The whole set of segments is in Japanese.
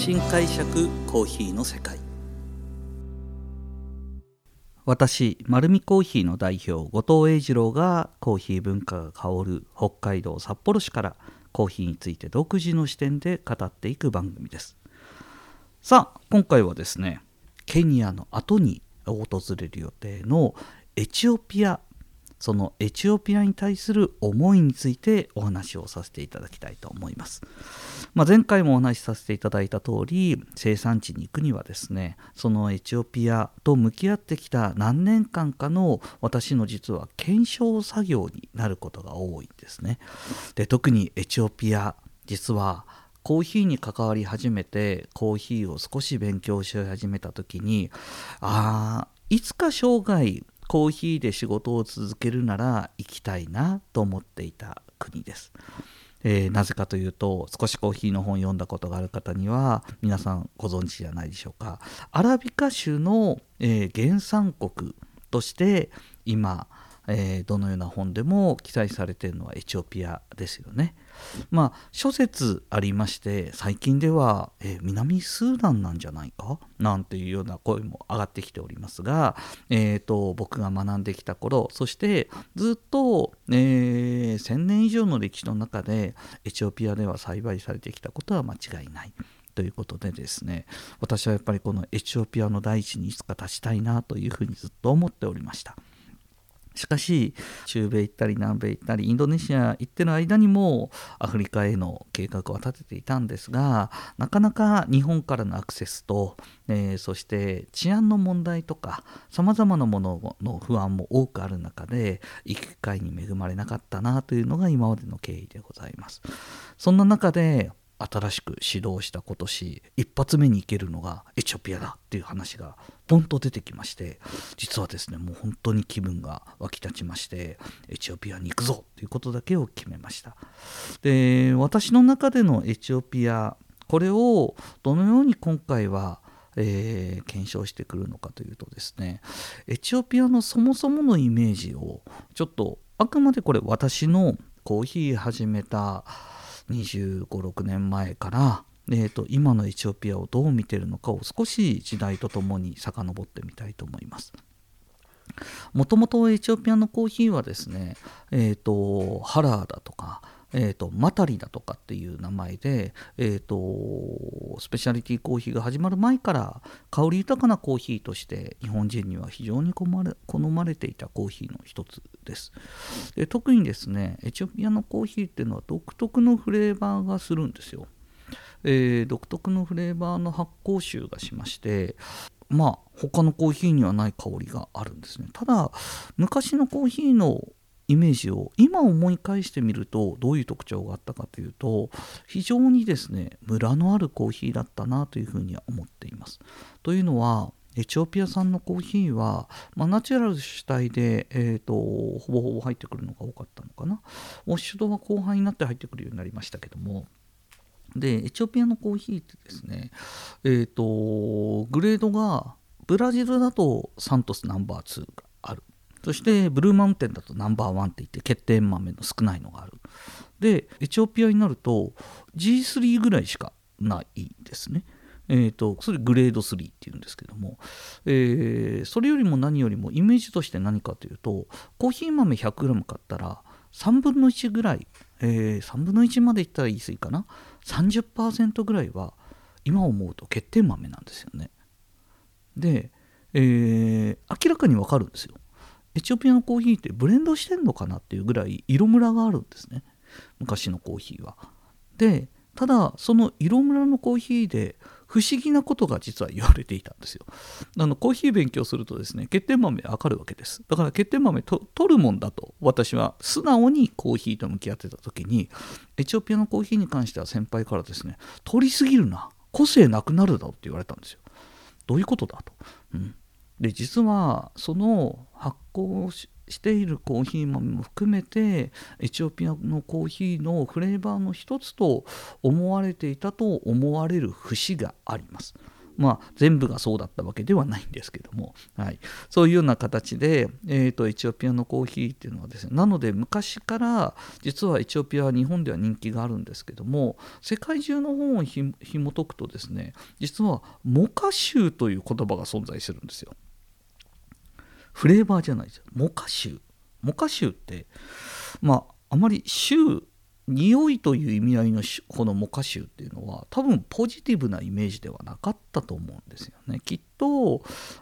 新解釈コーヒーの世界。私丸見コーヒーの代表後藤英二郎がコーヒー文化が香る北海道札幌市からコーヒーについて独自の視点で語っていく番組です。さあ今回はですね、ケニアの後に訪れる予定のエチオピア、そのエチオピアに対する思いについてお話をさせていただきたいと思います。前回もお話しさせていただいた通り、生産地に行くにはですね、そのエチオピアと向き合ってきた何年間かの私の実は検証作業になることが多いんですね。で、特にエチオピア、実はコーヒーに関わり始めてコーヒーを少し勉強し始めた時に、いつか生涯コーヒーで仕事を続けるなら行きたいなと思っていた国です。なぜかというと、少しコーヒーの本読んだことがある方には皆さんご存知じゃないでしょうか。アラビカ種の、原産国として今、どのような本でも記載されているのはエチオピアですよね。諸説ありまして、最近では、南スーダンなんじゃないかなんていうような声も上がってきておりますが、僕が学んできた頃、そしてずっと、1000年以上の歴史の中でエチオピアでは栽培されてきたことは間違いないということでですね、私はやっぱりこのエチオピアの大地にいつか立ちたいなというふうにずっと思っておりました。しかし中米行ったり南米行ったりインドネシア行ってる間にもアフリカへの計画は立てていたんですが、なかなか日本からのアクセスと、そして治安の問題とかさまざまなものの不安も多くある中で行く機会に恵まれなかったなというのが今までの経緯でございます。そんな中で新しく始動した今年一発目に行けるのがエチオピアだっていう話がポンと出てきまして、実はですね、もう本当に気分が湧き立ちまして、エチオピアに行くぞということだけを決めました。で、私の中でのエチオピア、これをどのように今回は検証してくるのかというとですね、エチオピアのそもそものイメージをちょっと、あくまでこれ私のコーヒー始めた25、6年前から、今のエチオピアをどう見ているのかを少し時代とともに遡ってみたいと思います。もともとエチオピアのコーヒーはですね、ハラーだとか、マタリだとかっていう名前で、スペシャリティコーヒーが始まる前から香り豊かなコーヒーとして日本人には非常に好まれていたコーヒーの一つです。で、特にですね、エチオピアのコーヒーっていうのは独特のフレーバーがするんですよ。独特のフレーバーの発酵臭がしまして、他のコーヒーにはない香りがあるんですね。ただ昔のコーヒーのイメージを今思い返してみるとどういう特徴があったかというと、非常にですねムラのあるコーヒーだったなというふうには思っています。というのはエチオピア産のコーヒーは、ナチュラル主体で、ほぼほぼ入ってくるのが多かったのかな。ウォッシュドは後半になって入ってくるようになりましたけども、でエチオピアのコーヒーってですね、グレードがブラジルだとサントスナンバー2がある。そしてブルーマウンテンだとナンバーワンって言って欠点豆の少ないのがある。でエチオピアになると G3 ぐらいしかないですね。それグレード3っていうんですけども、それよりも何よりもイメージとして何かというと、コーヒー豆 100g 買ったら3分の1ぐらい、3分の1までいったら言い過ぎかな、 30% ぐらいは今思うと欠点豆なんですよね。で、明らかにわかるんですよ。エチオピアのコーヒーってブレンドしてんのかなっていうぐらい色ムラがあるんですね、昔のコーヒーは。でただその色ムラのコーヒーで不思議なことが実は言われていたんですよ。コーヒー勉強するとですね、欠点豆わかるわけです。だから欠点豆取るもんだと私は素直にコーヒーと向き合ってた時に、エチオピアのコーヒーに関しては先輩からですね、取りすぎるな、個性なくなるだろうって言われたんですよ。どういうことだと。で実はその発酵しているコーヒー豆も含めてエチオピアのコーヒーのフレーバーの一つと思われていたと思われる節があります。 全部がそうだったわけではないんですけども、はい、そういうような形で、エチオピアのコーヒーっていうのはですね、なので昔から実はエチオピアは日本では人気があるんですけども、世界中の本を紐解くとですね、実はモカ臭という言葉が存在するんですよ。フレーバーじゃないですよ、モカ臭。モカ臭って、あまり臭、匂いという意味合いのこのモカ臭っていうのは多分ポジティブなイメージではなかったと思うんですよね。きっと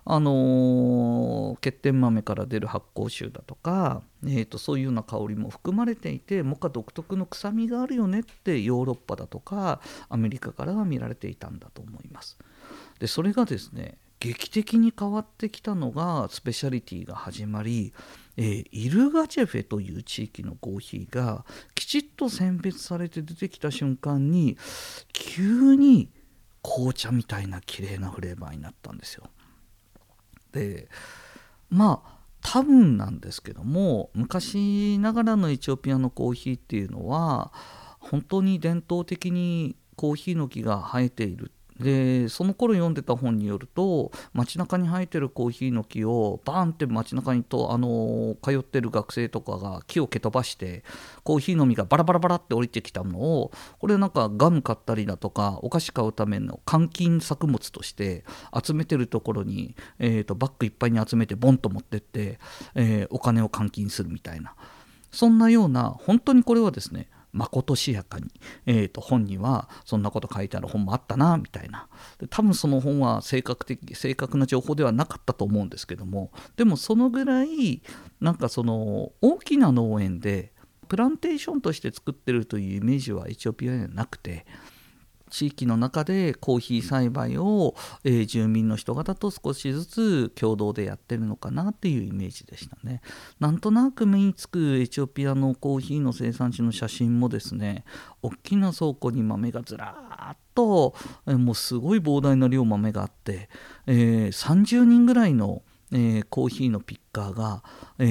欠点豆から出る発酵臭だとか、そういうような香りも含まれていて、モカ独特の臭みがあるよねってヨーロッパだとかアメリカからは見られていたんだと思います。でそれがですね、劇的に変わってきたのがスペシャリティが始まり、イルガチェフェという地域のコーヒーがきちっと選別されて出てきた瞬間に、急に紅茶みたいな綺麗なフレーバーになったんですよ。で多分なんですけども、昔ながらのエチオピアのコーヒーっていうのは本当に伝統的にコーヒーの木が生えている。でその頃読んでた本によると、街中に生えてるコーヒーの木をバーンって街中に通ってる学生とかが木を蹴飛ばして、コーヒーの実がバラバラバラって降りてきたのを、これなんかガム買ったりだとかお菓子買うための換金作物として集めてるところに、バッグいっぱいに集めてボンと持ってって、お金を換金するみたいな、そんなような、本当にこれはですね、まことしやかに、本にはそんなこと書いてある本もあったなみたいな。で多分その本は正確な情報ではなかったと思うんですけども、でもそのぐらいなんかその大きな農園でプランテーションとして作ってるというイメージはエチオピアにはなくて、地域の中でコーヒー栽培を、住民の人方と少しずつ共同でやってるのかなっていうイメージでしたね。なんとなく目につくエチオピアのコーヒーの生産地の写真もですね、大きな倉庫に豆がずらーっと、もうすごい膨大な量豆があって、30人ぐらいのコーヒーのピッカーが、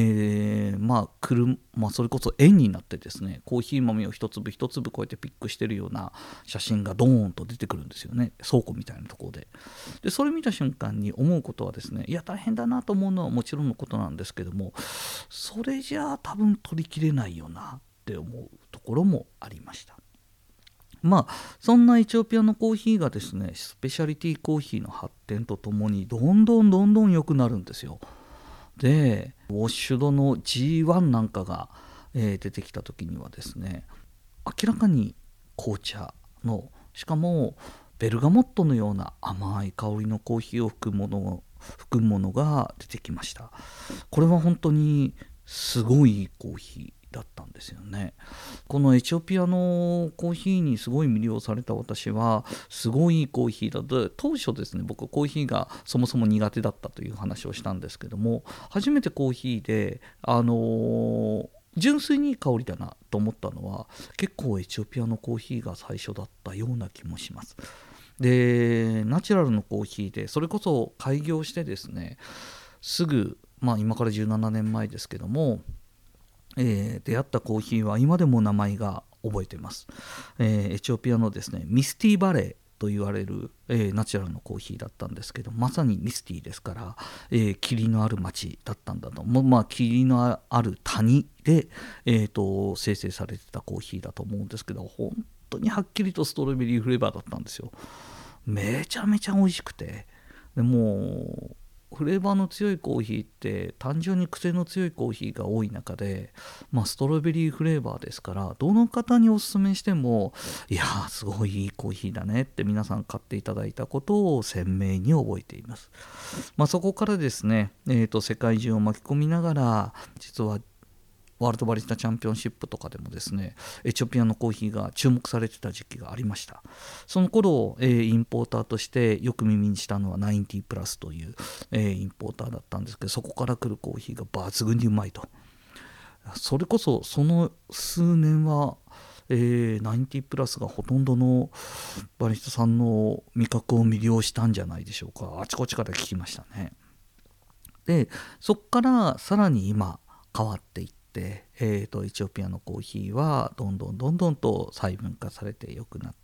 それこそ円になってですね、コーヒー豆を一粒一粒こうやってピックしてるような写真がドーンと出てくるんですよね、倉庫みたいなところで。でそれ見た瞬間に思うことはですね、いや大変だなと思うのはもちろんのことなんですけども、それじゃあ多分取りきれないよなって思うところもありました。そんなエチオピアのコーヒーがですね、スペシャリティコーヒーの発展とともにどんどん良くなるんですよ。でウォッシュドの G1 なんかが、出てきた時にはですね、明らかに紅茶の、しかもベルガモットのような甘い香りのコーヒーを含むものが出てきました。これは本当にすごいコーヒーだったんですよね。このエチオピアのコーヒーにすごい魅了された私は、すごいいいコーヒーだと、当初ですね、僕コーヒーがそもそも苦手だったという話をしたんですけども、初めてコーヒーで純粋にいい香りだなと思ったのは、結構エチオピアのコーヒーが最初だったような気もします。でナチュラルのコーヒーで、それこそ開業してですね、すぐ、今から17年前ですけども、出会ったコーヒーは今でも名前が覚えています。エチオピアのですね、ミスティバレーと言われる、ナチュラルのコーヒーだったんですけど、まさにミスティですから、霧のある町だったんだと、霧のある谷で、生成されてたコーヒーだと思うんですけど、本当にはっきりとストロベリーフレーバーだったんですよ。めちゃめちゃ美味しくて、でもうフレーバーの強いコーヒーって単純に癖の強いコーヒーが多い中で、ストロベリーフレーバーですから、どの方におすすめしても、いやーすごいいいコーヒーだねって皆さん買っていただいたことを鮮明に覚えています。そこからですね、世界中を巻き込みながら、実はワールドバリスタチャンピオンシップとかでもですね、エチオピアのコーヒーが注目されてた時期がありました。その頃、インポーターとしてよく耳にしたのは90プラスという、インポーターだったんですけど、そこから来るコーヒーが抜群にうまいと。それこそその数年は、90プラスがほとんどのバリスタさんの味覚を魅了したんじゃないでしょうか。あちこちから聞きましたね。でそこからさらに今変わっていって、エチオピアのコーヒーはどんどんと細分化されて良くなっ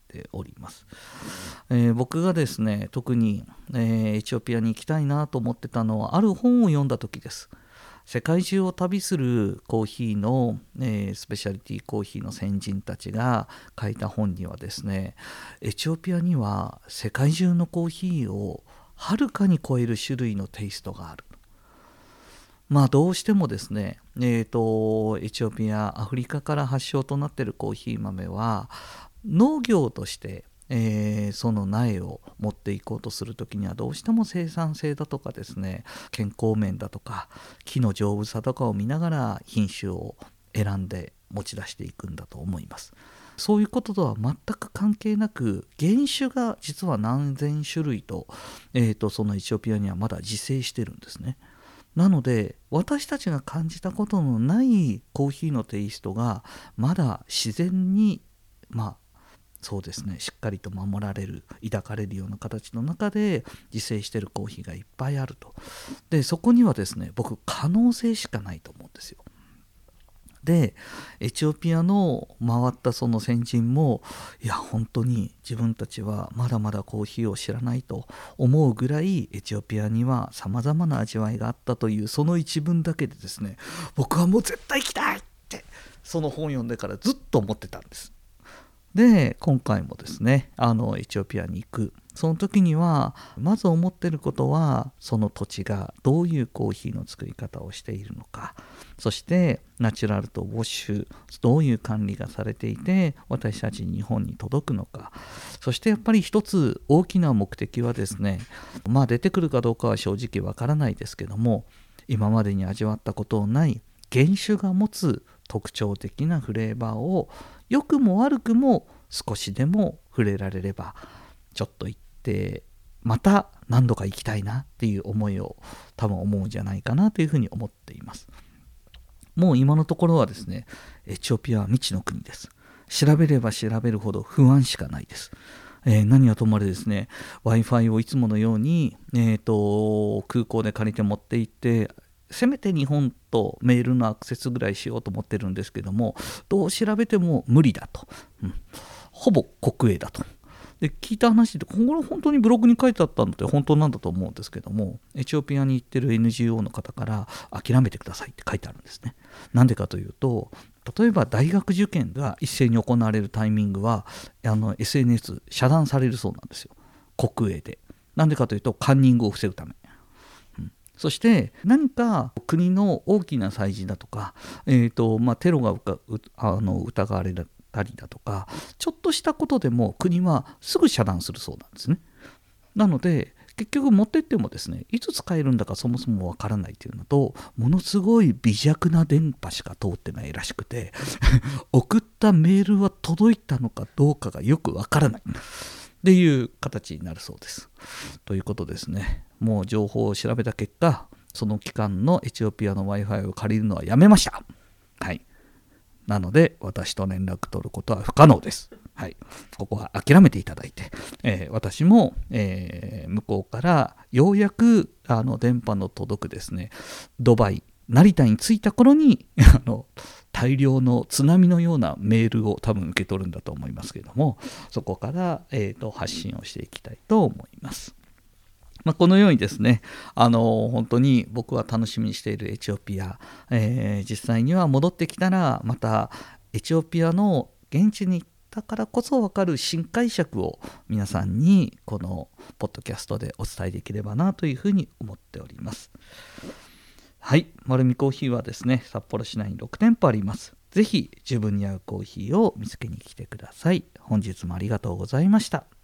ております。僕がですね特に、エチオピアに行きたいなと思ってたのはある本を読んだ時です。世界中を旅するコーヒーの、スペシャリティコーヒーの先人たちが書いた本にはですね、エチオピアには世界中のコーヒーをはるかに超える種類のテイストがある。どうしてもですね、エチオピア、アフリカから発祥となっているコーヒー豆は農業としてその苗を持っていこうとするときにはどうしても生産性だとかですね、健康面だとか木の丈夫さとかを見ながら品種を選んで持ち出していくんだと思います。そういうこととは全く関係なく原種が実は何千種類と、そのエチオピアにはまだ自生してるんですね。なので私たちが感じたことのないコーヒーのテイストがまだ自然にそうですね、しっかりと守られる抱かれるような形の中で自生しているコーヒーがいっぱいあると。でそこにはですね僕可能性しかないと思うんですよ。でエチオピアの回ったその先人もいや本当に自分たちはまだまだコーヒーを知らないと思うぐらいエチオピアにはさまざまな味わいがあったというその一文だけでですね、僕はもう絶対行きたいってその本を読んでからずっと思ってたんです。で今回もですねエチオピアに行くその時にはまず思ってることはその土地がどういうコーヒーの作り方をしているのか、そしてナチュラルとウォッシュどういう管理がされていて私たち日本に届くのか、そしてやっぱり一つ大きな目的はですね、出てくるかどうかは正直わからないですけども今までに味わったことのない原種が持つ特徴的なフレーバーを良くも悪くも少しでも触れられればちょっと行ってまた何度か行きたいなっていう思いを多分思うんじゃないかなというふうに思っています。もう今のところはですねエチオピアは未知の国です。調べれば調べるほど不安しかないです。何はともあれですね Wi-Fi をいつものように、空港で借りて持って行ってせめて日本とメールのアクセスぐらいしようと思ってるんですけどもどう調べても無理だと、ほぼ国営だと。で聞いた話でこれ本当にブログに書いてあったのって本当なんだと思うんですけどもエチオピアに行ってる NGO の方から諦めてくださいって書いてあるんですね。なんでかというと例えば大学受験が一斉に行われるタイミングはSNS 遮断されるそうなんですよ、国営で。なんでかというとカンニングを防ぐため。そして何か国の大きな祭事だとか、テロが疑われたりだとかちょっとしたことでも国はすぐ遮断するそうなんですね。なので結局持ってってもですねいつ使えるんだかそもそもわからないというのとものすごい微弱な電波しか通ってないらしくて送ったメールは届いたのかどうかがよくわからないっていう形になるそうです。ということですね、もう情報を調べた結果その期間のエチオピアの Wi-Fi を借りるのはやめました。はい。なので私と連絡取ることは不可能です。はい。ここは諦めていただいて、私も、向こうからようやく電波の届くですねドバイ成田に着いた頃に大量の津波のようなメールを多分受け取るんだと思いますけれどもそこから、発信をしていきたいと思います。このようにですね本当に僕は楽しみにしているエチオピア、実際には戻ってきたらまたエチオピアの現地に行ったからこそ分かる新解釈を皆さんにこのポッドキャストでお伝えできればなというふうに思っております。はい、丸見コーヒーはですね札幌市内に6店舗あります。ぜひ自分に合うコーヒーを見つけに来てください。本日もありがとうございました。